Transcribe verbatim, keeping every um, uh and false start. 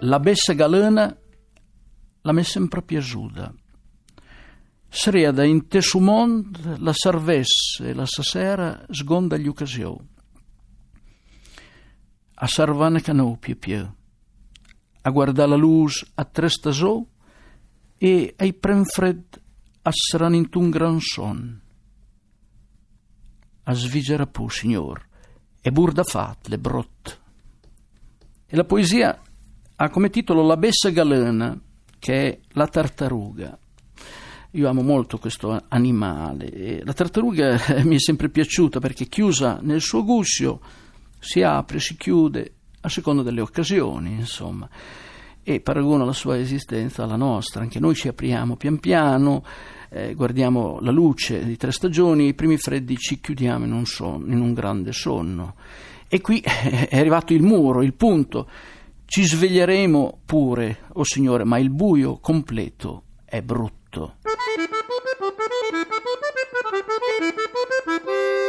La bessa galena la m'è sempre piaciuta. Sriada in te su mond la servesse e la sera sgonda gli occasioni. A sarvane canò più più, a guardare la luce a tre stasò e ai prenfred a seran in un gran son. A svigera pu, signor, e burda fat le brot. E la poesia ha come titolo La bessa galena, che è la tartaruga. Io amo molto questo animale e la tartaruga mi è sempre piaciuta perché chiusa nel suo guscio si apre, si chiude a seconda delle occasioni, insomma, e paragona la sua esistenza alla nostra. Anche noi ci apriamo pian piano, eh, guardiamo la luce di tre stagioni, i primi freddi ci chiudiamo in un sonno, in un grande sonno. E qui è arrivato il muro, il punto. Ci sveglieremo pure, o oh Signore, ma il buio completo è brutto.